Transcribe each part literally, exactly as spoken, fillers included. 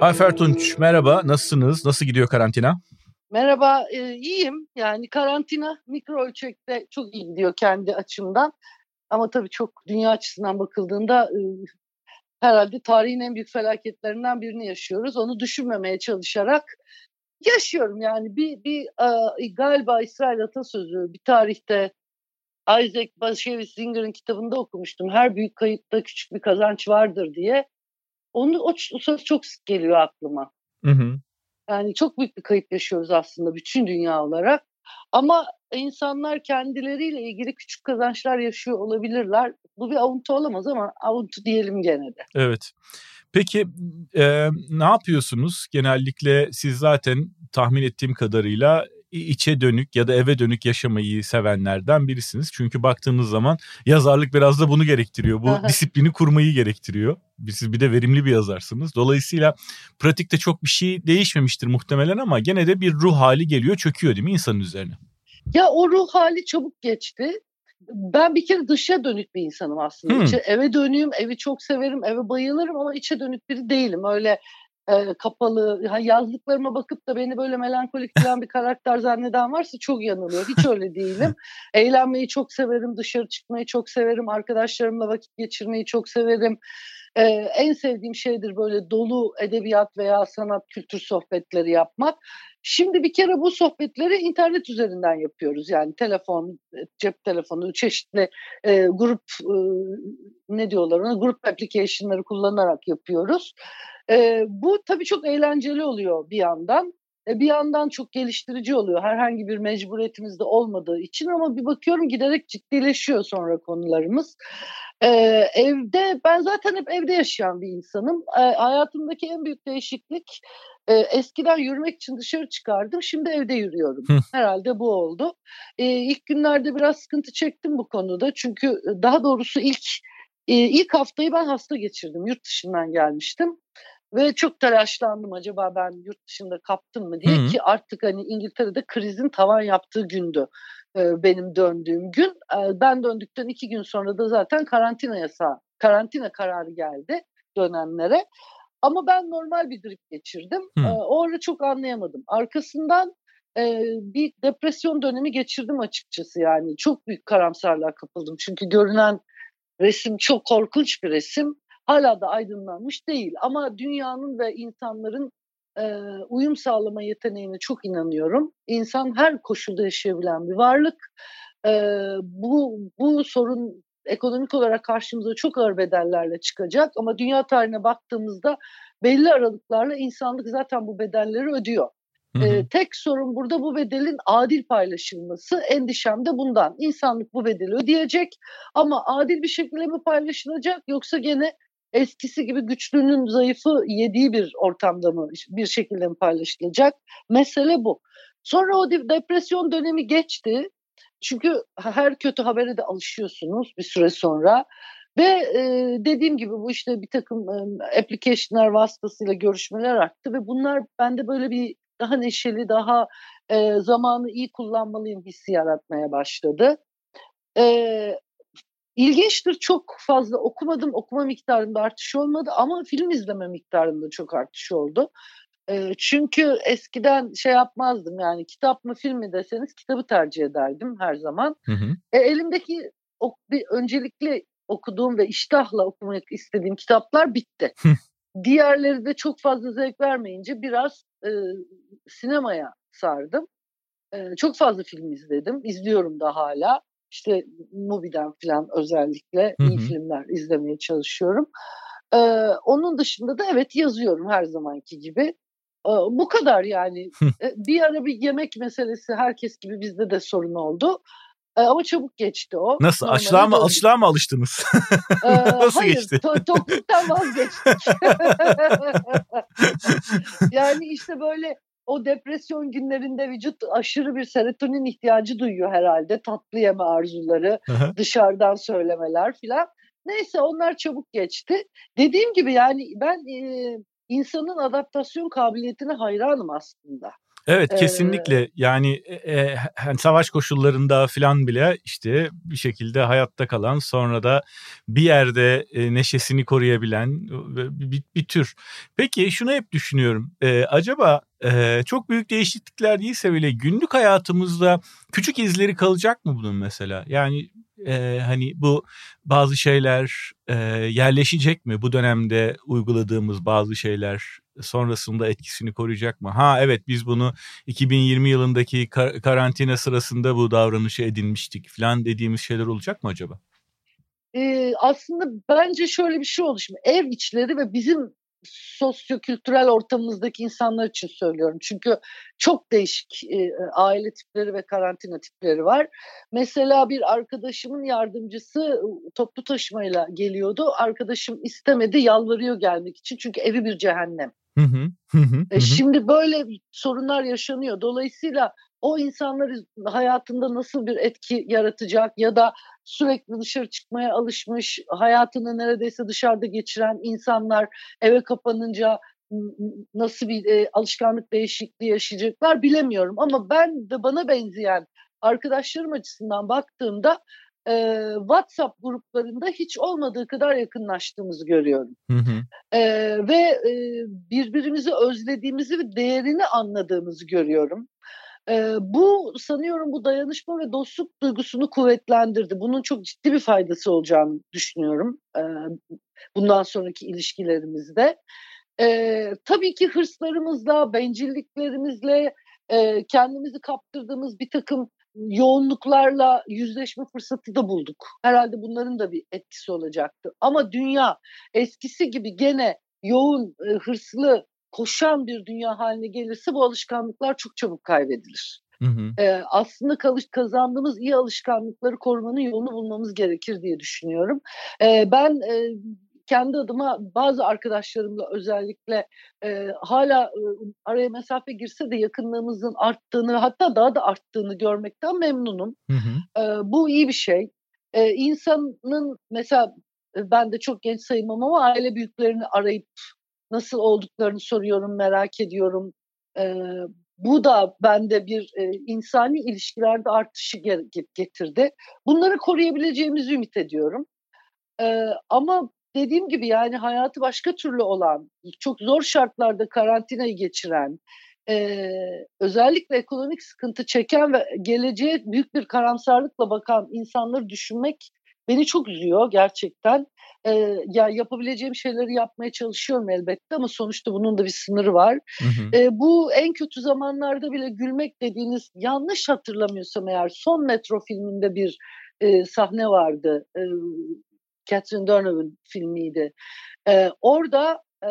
Ayfer Tunç, merhaba. Nasılsınız? Nasıl gidiyor karantina? Merhaba, e, iyiyim. Yani karantina mikro ölçekte çok iyi gidiyor kendi açımdan. Ama tabii çok dünya açısından bakıldığında e, herhalde tarihin en büyük felaketlerinden birini yaşıyoruz. Onu düşünmemeye çalışarak yaşıyorum. Yani bir, bir e, galiba İsrail atasözü bir tarihte Isaac Bashevis Zinger'in kitabında okumuştum. Her büyük kayıpta küçük bir kazanç vardır diye. Onu, o, o söz çok sık geliyor aklıma. Hı hı. Yani çok büyük bir kayıp yaşıyoruz aslında bütün dünya olarak. Ama insanlar kendileriyle ilgili küçük kazançlar yaşıyor olabilirler. Bu bir avuntu olamaz ama avuntu diyelim gene de. Evet. Peki e, ne yapıyorsunuz? Genellikle siz zaten tahmin ettiğim kadarıyla içe dönük ya da eve dönük yaşamayı sevenlerden birisiniz. Çünkü baktığınız zaman yazarlık biraz da bunu gerektiriyor. Bu disiplini kurmayı gerektiriyor. Siz bir de verimli bir yazarsınız. Dolayısıyla pratikte çok bir şey değişmemiştir muhtemelen ama gene de bir ruh hali geliyor, çöküyor değil mi insanın üzerine? Ya o ruh hali çabuk geçti. Ben bir kere dışa dönük bir insanım aslında. Hmm. İçe, eve dönüyüm, evi çok severim, eve bayılırım ama içe dönük biri değilim. Öyle e, kapalı, yazdıklarıma bakıp da beni böyle melankolik falan bir karakter zanneden varsa çok yanılıyor. Hiç öyle değilim. Eğlenmeyi çok severim, dışarı çıkmayı çok severim, arkadaşlarımla vakit geçirmeyi çok severim. Ee, en sevdiğim şeydir böyle dolu edebiyat veya sanat kültür sohbetleri yapmak. Şimdi bir kere bu sohbetleri internet üzerinden yapıyoruz. Yani telefon, cep telefonu, çeşitli e, grup e, ne diyorlar ona grup application'ları kullanarak yapıyoruz. E, bu tabii çok eğlenceli oluyor bir yandan. E, bir yandan çok geliştirici oluyor. Herhangi bir mecburiyetimiz de olmadığı için ama bir bakıyorum giderek ciddileşiyor sonra konularımız. E, evde ben zaten hep evde yaşayan bir insanım. E, hayatımdaki en büyük değişiklik e, eskiden yürümek için dışarı çıkardım. Şimdi evde yürüyorum. Herhalde bu oldu. E, ilk günlerde biraz sıkıntı çektim bu konuda. Çünkü daha doğrusu ilk e, ilk haftayı ben hasta geçirdim. Yurt dışından gelmiştim. Ve çok telaşlandım acaba ben yurt dışında kaptım mı diye Hı. ki artık hani İngiltere'de krizin tavan yaptığı gündü e, benim döndüğüm gün. E, ben döndükten iki gün sonra da zaten karantina yasağı, karantina kararı geldi dönenlere. Ama ben normal bir grip geçirdim. Hı. E, o ara çok anlayamadım. Arkasından e, bir depresyon dönemi geçirdim açıkçası yani. Çok büyük karamsarlığa kapıldım. Çünkü görünen resim çok korkunç bir resim. Hala da aydınlanmış değil ama dünyanın ve insanların e, uyum sağlama yeteneğine çok inanıyorum. İnsan her koşulda yaşayabilen bir varlık. E, bu bu sorun ekonomik olarak karşımıza çok ağır bedellerle çıkacak ama dünya tarihine baktığımızda belli aralıklarla insanlık zaten bu bedelleri ödüyor. Hı hı. Ee, tek sorun burada bu bedelin adil paylaşılması. Endişem de bundan. İnsanlık bu bedeli ödeyecek ama adil bir şekilde mi paylaşılacak yoksa gene eskisi gibi güçlünün zayıfı yediği bir ortamda mı bir şekilde mi paylaşılacak? Mesele bu. Sonra o depresyon dönemi geçti. Çünkü her kötü habere de alışıyorsunuz bir süre sonra. Ve e, dediğim gibi bu işte bir takım e, application'lar vasıtasıyla görüşmeler arttı ve bunlar bende böyle bir daha neşeli, daha e, zamanı iyi kullanmalıyım hissi yaratmaya başladı. E, ilginçtir çok fazla okumadım, okuma miktarında artış olmadı ama film izleme miktarında çok artış oldu. E, çünkü eskiden şey yapmazdım yani kitap mı film mi deseniz kitabı tercih ederdim her zaman. Hı hı. E, elimdeki o, bir öncelikli okuduğum ve iştahla okumak istediğim kitaplar bitti. Diğerleri de çok fazla zevk vermeyince biraz e, sinemaya sardım. E, çok fazla film izledim. İzliyorum da hala. İşte Mubi'den falan özellikle Hı iyi hı. filmler izlemeye çalışıyorum. E, onun dışında da evet yazıyorum her zamanki gibi. E, bu kadar yani. E, bir ara bir yemek meselesi herkes gibi bizde de sorun oldu. E, ama çabuk geçti o. Nasıl? Açlığa Normale mı, döndük. açlığa mı alıştınız? Ee, Nasıl hayır, geçti? to- tokluktan vazgeçtik. Yani işte böyle o depresyon günlerinde vücut aşırı bir serotonin ihtiyacı duyuyor herhalde. Tatlı yeme arzuları, Hı hı. dışarıdan söylemeler filan. Neyse onlar çabuk geçti. Dediğim gibi yani ben e, insanın adaptasyon kabiliyetine hayranım aslında. Evet, Ee, kesinlikle. Yani e, e, hani savaş koşullarında falan bile işte bir şekilde hayatta kalan, sonra da bir yerde e, neşesini koruyabilen e, bir, bir tür. Peki şunu hep düşünüyorum. E, acaba e, çok büyük değişiklikler değilse bile günlük hayatımızda küçük izleri kalacak mı bunun mesela? Yani e, hani bu bazı şeyler e, yerleşecek mi? Bu dönemde uyguladığımız bazı şeyler sonrasında etkisini koruyacak mı? Ha evet, biz bunu iki bin yirmi yılındaki kar- karantina sırasında bu davranışı edinmiştik falan dediğimiz şeyler olacak mı acaba? e, aslında bence şöyle bir şey oldu şimdi. Ev içleri ve bizim sosyokültürel ortamımızdaki insanlar için söylüyorum. Çünkü çok değişik e, aile tipleri ve karantina tipleri var. Mesela bir arkadaşımın yardımcısı e, toplu taşımayla geliyordu. Arkadaşım istemedi, yalvarıyor gelmek için. Çünkü evi bir cehennem. Hı hı, hı hı, E, hı hı, şimdi böyle sorunlar yaşanıyor. Dolayısıyla o insanların hayatında nasıl bir etki yaratacak ya da sürekli dışarı çıkmaya alışmış, hayatını neredeyse dışarıda geçiren insanlar eve kapanınca nasıl bir e, alışkanlık değişikliği yaşayacaklar bilemiyorum. Ama ben de bana benzeyen arkadaşlarım açısından baktığımda e, WhatsApp gruplarında hiç olmadığı kadar yakınlaştığımızı görüyorum. hı hı, Ee, ve e, birbirimizi özlediğimizi ve değerini anladığımızı görüyorum. Ee, bu sanıyorum bu dayanışma ve dostluk duygusunu kuvvetlendirdi. Bunun çok ciddi bir faydası olacağını düşünüyorum. Ee, bundan sonraki ilişkilerimizde. Ee, tabii ki hırslarımızla, bencilliklerimizle, e, kendimizi kaptırdığımız bir takım yoğunluklarla yüzleşme fırsatı da bulduk. Herhalde bunların da bir etkisi olacaktı. Ama dünya eskisi gibi gene yoğun, e, hırslı, koşan bir dünya haline gelirse bu alışkanlıklar çok çabuk kaybedilir. hı hı. Ee, aslında kazandığımız iyi alışkanlıkları korumanın yolunu bulmamız gerekir diye düşünüyorum. Ee, ben e, kendi adıma bazı arkadaşlarımla özellikle e, hala e, araya mesafe girse de yakınlığımızın arttığını, hatta daha da arttığını görmekten memnunum. Hı hı. E, bu iyi bir şey. E, insanın mesela e, ben de çok genç sayılmam ama aile büyüklerini arayıp nasıl olduklarını soruyorum, merak ediyorum. E, bu da bende bir e, insani ilişkilerde artışı getirdi. Bunları koruyabileceğimizi ümit ediyorum. Ee, ama dediğim gibi yani hayatı başka türlü olan, çok zor şartlarda karantinayı geçiren, e, özellikle ekonomik sıkıntı çeken ve geleceğe büyük bir karamsarlıkla bakan insanları düşünmek beni çok üzüyor gerçekten. Ee, ya yapabileceğim şeyleri yapmaya çalışıyorum elbette ama sonuçta bunun da bir sınırı var. Hı hı. Ee, bu en kötü zamanlarda bile gülmek dediğiniz, yanlış hatırlamıyorsam eğer, Son Metro filminde bir e, sahne vardı. E, Catherine Deneuve'ın filmiydi. Ee, orada e,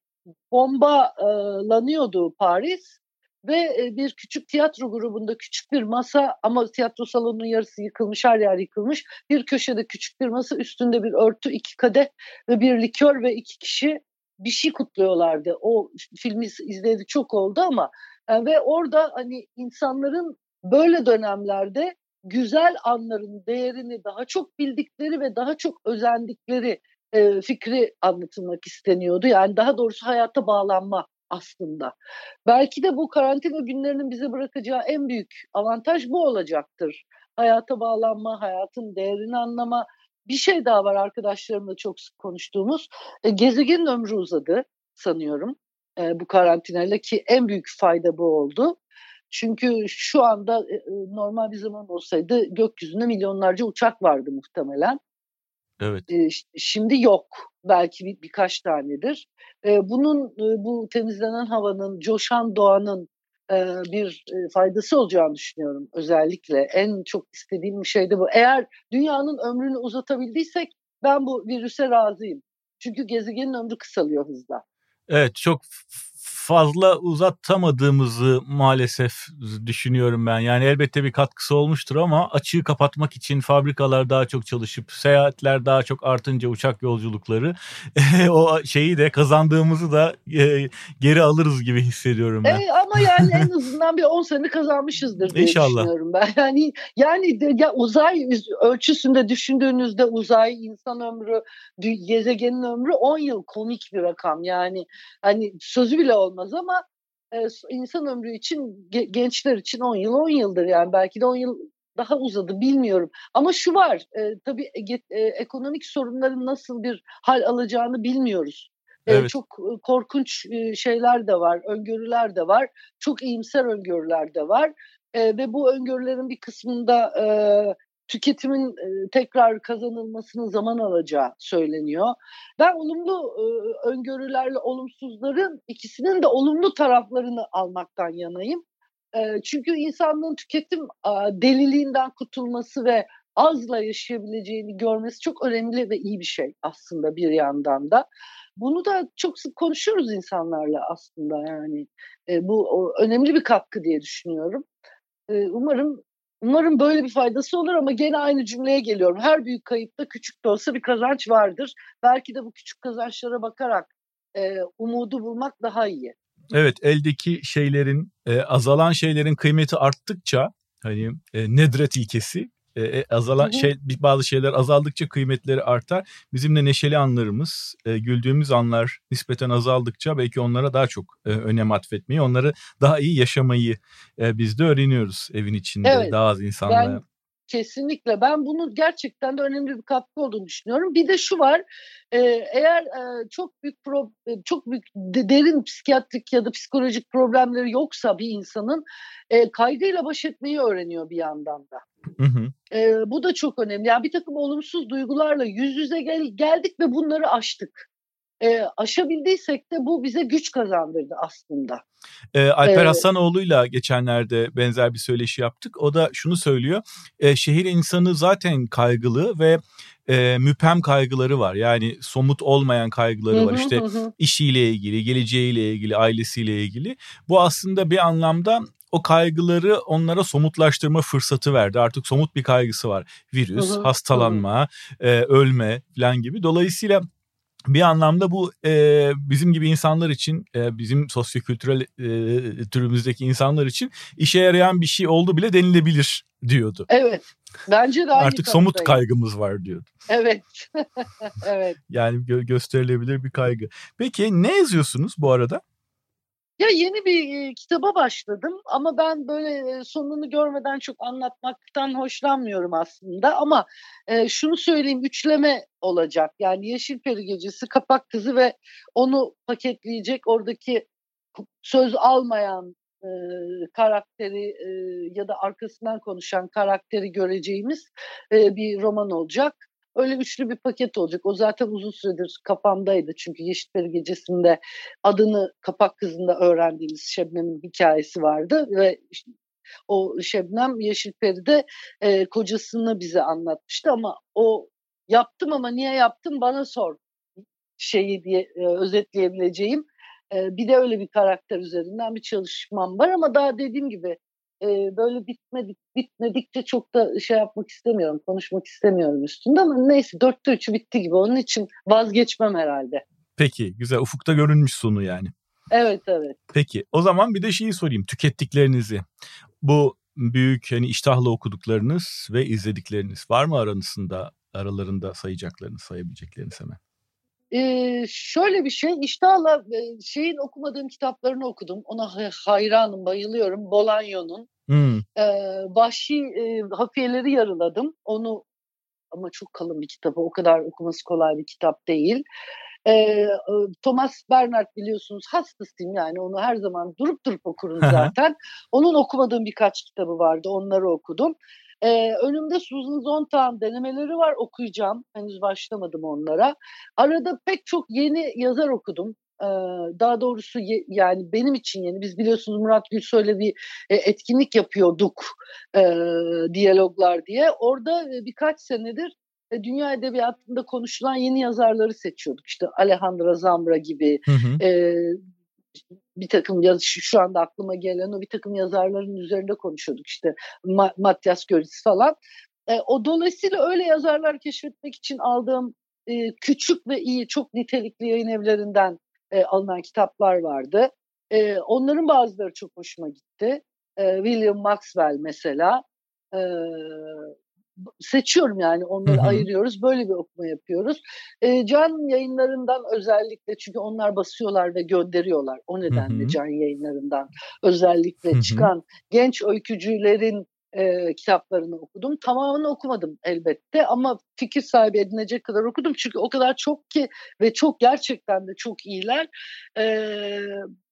bombalanıyordu Paris ve e, bir küçük tiyatro grubunda küçük bir masa, ama tiyatro salonunun yarısı yıkılmış, her yer yıkılmış. Bir köşede küçük bir masa, üstünde bir örtü, iki kadeh ve bir likör ve iki kişi bir şey kutluyorlardı. O filmi izleyeli çok oldu ama e, ve orada hani insanların böyle dönemlerde güzel anların değerini daha çok bildikleri ve daha çok özendikleri e, fikri anlatılmak isteniyordu. Yani daha doğrusu hayata bağlanma aslında. Belki de bu karantina günlerinin bize bırakacağı en büyük avantaj bu olacaktır. Hayata bağlanma, hayatın değerini anlama. Bir şey daha var arkadaşlarımla çok sık konuştuğumuz. E, gezegenin ömrü uzadı sanıyorum. E, bu karantinayla, ki en büyük fayda bu oldu. Çünkü şu anda e, normal bir zaman olsaydı gökyüzünde milyonlarca uçak vardı muhtemelen. Evet. E, şimdi yok. Belki bir, birkaç tanedir. E, bunun e, bu temizlenen havanın, coşan doğanın e, bir e, faydası olacağını düşünüyorum özellikle. En çok istediğim şey de bu. Eğer dünyanın ömrünü uzatabildiysek ben bu virüse razıyım. Çünkü gezegenin ömrü kısalıyor hızla. Evet, çok f- fazla uzatamadığımızı maalesef düşünüyorum ben. Yani elbette bir katkısı olmuştur ama açığı kapatmak için fabrikalar daha çok çalışıp seyahatler daha çok artınca, uçak yolculukları o şeyi de, kazandığımızı da e, geri alırız gibi hissediyorum ben. E, ama yani en azından bir on sene kazanmışızdır diye İnşallah. düşünüyorum ben. Yani yani de, ya uzay ölçüsünde düşündüğünüzde uzay, insan ömrü, gezegenin ömrü on yıl, komik bir rakam. Yani hani sözü bile olmaz ama e, insan ömrü için, ge- gençler için on yıl on yıldır, yani belki de on yıl daha uzadı, bilmiyorum. Ama şu var, e, tabii e, e, ekonomik sorunların nasıl bir hal alacağını bilmiyoruz. E, Evet. çok e, korkunç e, şeyler de var, öngörüler de var, çok iyimser öngörüler de var. E, ve bu öngörülerin bir kısmında e, tüketimin e, tekrar kazanılmasının zaman alacağı söyleniyor. Ben olumlu e, öngörülerle olumsuzların ikisinin de olumlu taraflarını almaktan yanayım. E, çünkü insanlığın tüketim a, deliliğinden kurtulması ve azla yaşayabileceğini görmesi çok önemli ve iyi bir şey aslında bir yandan da. Bunu da çok sık konuşuyoruz insanlarla aslında, yani. E, bu o, önemli bir katkı diye düşünüyorum. E, umarım umarım böyle bir faydası olur, ama gene aynı cümleye geliyorum. Her büyük kayıpta küçük de olsa bir kazanç vardır. Belki de bu küçük kazançlara bakarak e, umudu bulmak daha iyi. Evet, eldeki şeylerin, e, azalan şeylerin kıymeti arttıkça, hani e, nedret ilkesi, e, e, Hı azalan hı. şey, bazı şeyler azaldıkça kıymetleri artar. Bizim de neşeli anlarımız, e, güldüğümüz anlar nispeten azaldıkça belki onlara daha çok e, önem atfetmeyi, onları daha iyi yaşamayı e, biz de öğreniyoruz evin içinde Evet, daha az insanla. ben kesinlikle ben bunu gerçekten de önemli bir katkı olduğunu düşünüyorum. Bir de şu var, e, eğer e, çok büyük pro, e, çok büyük de- derin psikiyatrik ya da psikolojik problemleri yoksa bir insanın, e, kaygıyla baş etmeyi öğreniyor bir yandan da. Hı hı. E, bu da çok önemli. Yani bir takım olumsuz duygularla yüz yüze gel, geldik ve bunları aştık. E, aşabildiysek de bu bize güç kazandırdı aslında. E, Alper E, Hasanoğlu'yla geçenlerde benzer bir söyleşi yaptık. O da şunu söylüyor. E, şehir insanı zaten kaygılı ve e, müphem kaygıları var. Yani somut olmayan kaygıları hı var. hı İşte hı hı işiyle ilgili, geleceğiyle ilgili, ailesiyle ilgili. Bu aslında bir anlamda o kaygıları onlara somutlaştırma fırsatı verdi. Artık somut bir kaygısı var. hı Virüs, hı hı. hastalanma, e, ölme falan gibi. Dolayısıyla bir anlamda bu e, bizim gibi insanlar için, e, bizim sosyokültürel e, türümüzdeki insanlar için işe yarayan bir şey oldu bile denilebilir diyordu. Evet, bence de aynı Artık somut kanıdayım. kaygımız var diyordu. Evet, evet. Yani gö- gösterilebilir bir kaygı. Peki ne yazıyorsunuz bu arada? Ya yeni bir e, kitaba başladım, ama ben böyle e, sonunu görmeden çok anlatmaktan hoşlanmıyorum aslında. Ama e, şunu söyleyeyim, üçleme olacak. Yani Yeşilperi Gecesi, Kapak Kızı ve onu paketleyecek oradaki söz almayan e, karakteri e, ya da arkasından konuşan karakteri göreceğimiz e, bir roman olacak. Öyle üçlü bir paket olacak. O zaten uzun süredir kafamdaydı. Çünkü Yeşilperi Gecesi'nde adını Kapak Kızı'nda öğrendiğimiz Şebnem'in hikayesi vardı ve işte o Şebnem Yeşilperi'de e, kocasını bize anlatmıştı, ama o yaptım ama niye yaptım bana sor şeyi diye e, özetleyebileceğim. E, bir de öyle bir karakter üzerinden bir çalışmam var, ama daha dediğim gibi e, böyle bitmedik bitmedikçe çok da şey yapmak istemiyorum, konuşmak istemiyorum üstünde, ama neyse, dörtte üçü bitti gibi, onun için vazgeçmem herhalde. Peki, güzel, ufukta görünmüş sonu yani. Evet, evet. Peki o zaman bir de şeyi sorayım, tükettiklerinizi. Bu büyük hani iştahla okuduklarınız ve izledikleriniz var mı aranızda, aralarında sayacaklarınız, sayabilecekleriniz hemen? Ee, şöyle bir şey, iştahla e, şeyin okumadığım kitaplarını okudum. Ona ha- hayranım, bayılıyorum. Bolanyo'nun. Hmm. Ee, Vahşi e, Hafiyeleri yarıladım. Onu, ama çok kalın bir kitabı. O kadar okuması kolay bir kitap değil. Ee, e, Thomas Bernhard, biliyorsunuz, hastasıyım, yani onu her zaman durup durup okurum zaten. Onun okumadığım birkaç kitabı vardı, onları okudum. Ee, önümde Susan Sontag'ın denemeleri var, okuyacağım. Henüz başlamadım onlara. Arada pek çok yeni yazar okudum. Ee, daha doğrusu ye- yani benim için yeni. Biz biliyorsunuz Murat Gülsoy'la bir e, etkinlik yapıyorduk, e, diyaloglar diye. Orada e, birkaç senedir e, dünya edebiyatında konuşulan yeni yazarları seçiyorduk. İşte Alejandro Zambra gibi, Hı hı. e, bir takım yaz, şu, şu anda aklıma gelen o bir takım yazarların üzerinde konuşuyorduk. İşte Ma- Matyas Göritz falan. E, o dolayısıyla öyle yazarlar keşfetmek için aldığım e, küçük ve iyi, çok nitelikli yayın evlerinden e, alınan kitaplar vardı. E, onların bazıları çok hoşuma gitti. E, William Maxwell mesela. E, seçiyorum yani onları hı hı. ayırıyoruz. Böyle bir okuma yapıyoruz. E, Can Yayınları'ndan özellikle, çünkü onlar basıyorlar ve gönderiyorlar. O nedenle hı hı. Can Yayınları'ndan özellikle hı hı. çıkan genç öykücülerin e, kitaplarını okudum. Tamamını okumadım elbette ama fikir sahibi edinecek kadar okudum. Çünkü o kadar çok ki ve çok gerçekten de çok iyiler. E,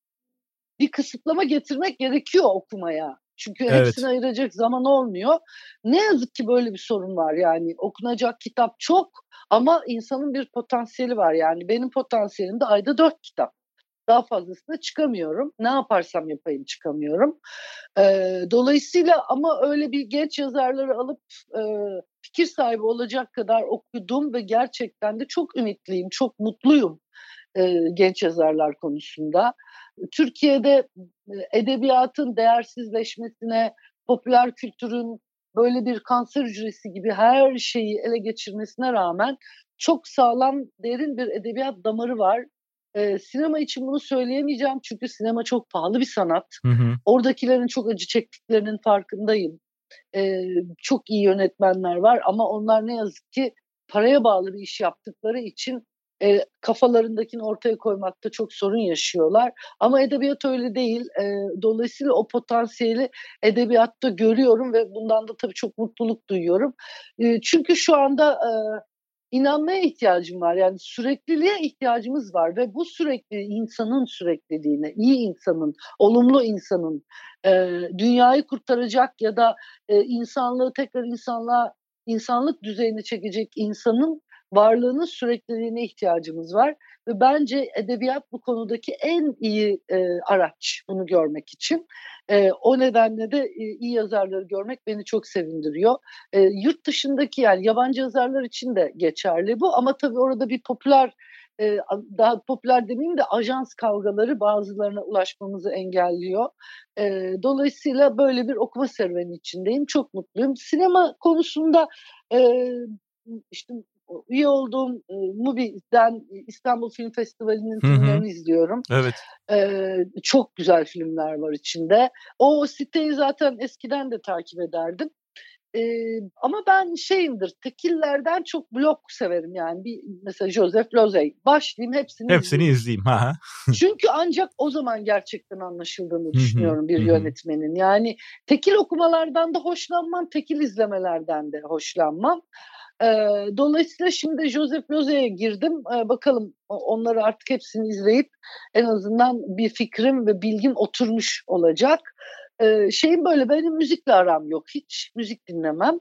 bir kısıtlama getirmek gerekiyor okumaya. Çünkü evet. hepsini ayıracak zaman olmuyor. Ne yazık ki böyle bir sorun var yani. Okunacak kitap çok ama insanın bir potansiyeli var yani. Benim potansiyelim de ayda dört kitap. Daha fazlasına çıkamıyorum. Ne yaparsam yapayım çıkamıyorum. Ee, dolayısıyla ama öyle bir genç yazarları alıp e, fikir sahibi olacak kadar okudum ve gerçekten de çok ümitliyim, çok mutluyum e, genç yazarlar konusunda. Türkiye'de edebiyatın değersizleşmesine, popüler kültürün böyle bir kanser hücresi gibi her şeyi ele geçirmesine rağmen çok sağlam, derin bir edebiyat damarı var. Ee, sinema için bunu söyleyemeyeceğim çünkü sinema çok pahalı bir sanat. Hı hı. Oradakilerin çok acı çektiklerinin farkındayım. Ee, çok iyi yönetmenler var ama onlar ne yazık ki paraya bağlı bir iş yaptıkları için e, kafalarındakini ortaya koymakta çok sorun yaşıyorlar. Ama edebiyat öyle değil. E, dolayısıyla o potansiyeli edebiyatta görüyorum ve bundan da tabii çok mutluluk duyuyorum. E, çünkü şu anda e, inanmaya ihtiyacım var. Yani sürekliliğe ihtiyacımız var ve bu sürekli insanın sürekliliğine, iyi insanın, olumlu insanın, e, dünyayı kurtaracak ya da e, insanlığı tekrar insanlığa, insanlık düzeyine çekecek insanın varlığının sürekliliğine ihtiyacımız var ve bence edebiyat bu konudaki en iyi e, araç bunu görmek için. E, o nedenle de e, iyi yazarları görmek beni çok sevindiriyor. E, yurt dışındaki yani yabancı yazarlar için de geçerli bu ama tabii orada bir popüler e, daha popüler demeyeyim de ajans kavgaları bazılarına ulaşmamızı engelliyor. E, dolayısıyla böyle bir okuma serüveni içindeyim. Çok mutluyum. Sinema konusunda e, işte üye olduğum e, Mubi'den İstanbul Film Festivali'nin Hı-hı. filmlerini izliyorum. Evet. Ee, çok güzel filmler var içinde. O siteyi zaten eskiden de takip ederdim. Ee, ama ben şeyimdir, tekillerden çok blok severim yani. Bir, mesela Joseph Losey. Başlayayım hepsini, hepsini izleyeyim. izleyeyim. Ha. Çünkü ancak o zaman gerçekten anlaşıldığını düşünüyorum bir yönetmenin. Yani tekil okumalardan da hoşlanmam, tekil izlemelerden de hoşlanmam. Ee, dolayısıyla şimdi Joseph Losey'e girdim. Ee, bakalım onları artık hepsini izleyip en azından bir fikrim ve bilgim oturmuş olacak. Ee, şeyim böyle, benim müzikle aram yok. Hiç müzik dinlemem.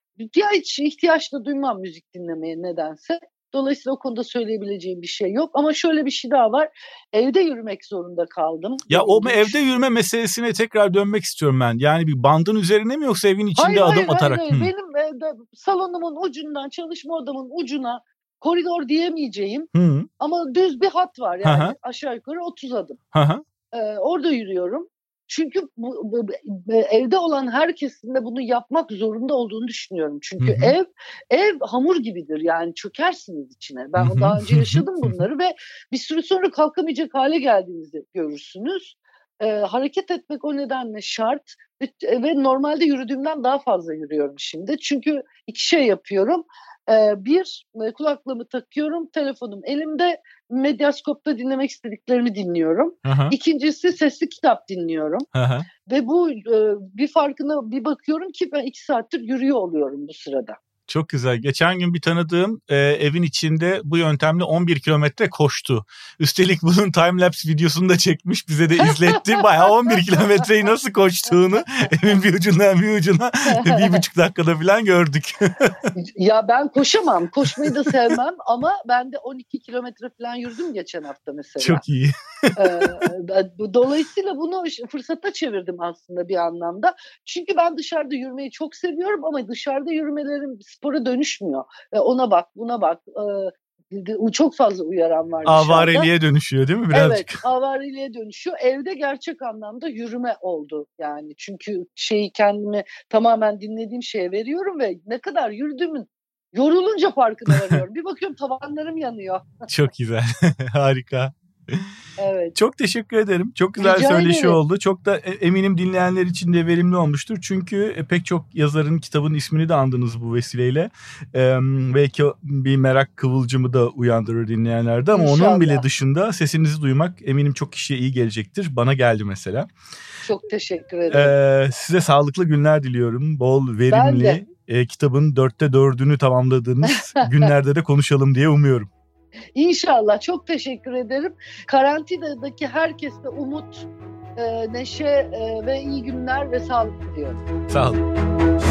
Ya hiç ihtiyaç da duymam müzik dinlemeye nedense. Dolayısıyla o konuda söyleyebileceğim bir şey yok. Ama şöyle bir şey daha var. Evde yürümek zorunda kaldım. Ya o ilginç. Evde yürüme meselesine tekrar dönmek istiyorum ben. Yani bir bandın üzerine mi yoksa evin içinde hayır, adım hayır, atarak? Hayır, hayır. Benim evde salonumun ucundan çalışma odamın ucuna koridor diyemeyeceğim. Hı. Ama düz bir hat var yani. Hı-hı. Aşağı yukarı otuz adım. Ee, orada yürüyorum. Çünkü bu, bu, bu, evde olan herkesin de bunu yapmak zorunda olduğunu düşünüyorum. Çünkü Hı-hı. ev ev hamur gibidir yani, çökersiniz içine. Ben Hı-hı. daha önce yaşadım bunları ve bir süre sonra kalkamayacak hale geldiğinizi görürsünüz. Ee, hareket etmek o nedenle şart ve, ve normalde yürüdüğümden daha fazla yürüyorum şimdi. Çünkü iki şey yapıyorum. Ee, bir, kulaklığımı takıyorum, telefonum elimde, Medyaskop'ta dinlemek istediklerimi dinliyorum. Aha. İkincisi sesli kitap dinliyorum. Aha. Ve bu e, bir farkına bir bakıyorum ki ben iki saattir yürüyor oluyorum bu sırada. Çok güzel. Geçen gün bir tanıdığım e, evin içinde bu yöntemle on bir kilometre koştu. Üstelik bunun timelapse videosunu da çekmiş, bize de izletti. Bayağı on bir kilometreyi nasıl koştuğunu evin bir ucundan bir ucuna bir buçuk dakikada falan gördük. Ya ben koşamam. Koşmayı da sevmem ama ben de on iki kilometre falan yürüdüm geçen hafta mesela. Çok iyi. ee, dolayısıyla bunu fırsata çevirdim aslında bir anlamda. Çünkü ben dışarıda yürümeyi çok seviyorum ama dışarıda yürümelerim spora dönüşmüyor. Ee, ona bak, buna bak. Ee, çok fazla uyaran var dışarıda. Avareliğe dönüşüyor değil mi birazcık? Evet, avareliğe dönüşüyor. Evde gerçek anlamda yürüme oldu yani. Çünkü şeyi kendimi tamamen dinlediğim şeye veriyorum ve ne kadar yürüdüğümün yorulunca farkına varıyorum. Bir bakıyorum tavanlarım yanıyor. Çok güzel, harika. Evet. Çok teşekkür ederim. Çok güzel Rica söyleşi ederim. oldu. Çok da eminim dinleyenler için de verimli olmuştur. Çünkü pek çok yazarın kitabın ismini de andınız bu vesileyle. Ee, belki bir merak kıvılcımı da uyandırır dinleyenlerde ama İnşallah. onun bile dışında sesinizi duymak eminim çok kişiye iyi gelecektir. Bana geldi mesela. Çok teşekkür ederim. Ee, size sağlıklı günler diliyorum. Bol, verimli, e, kitabın dörtte dördünü tamamladığınız günlerde de konuşalım diye umuyorum. İnşallah. Çok teşekkür ederim. Karantinadaki herkese umut, e, neşe e, ve iyi günler ve sağlık diliyorum. Sağ olun.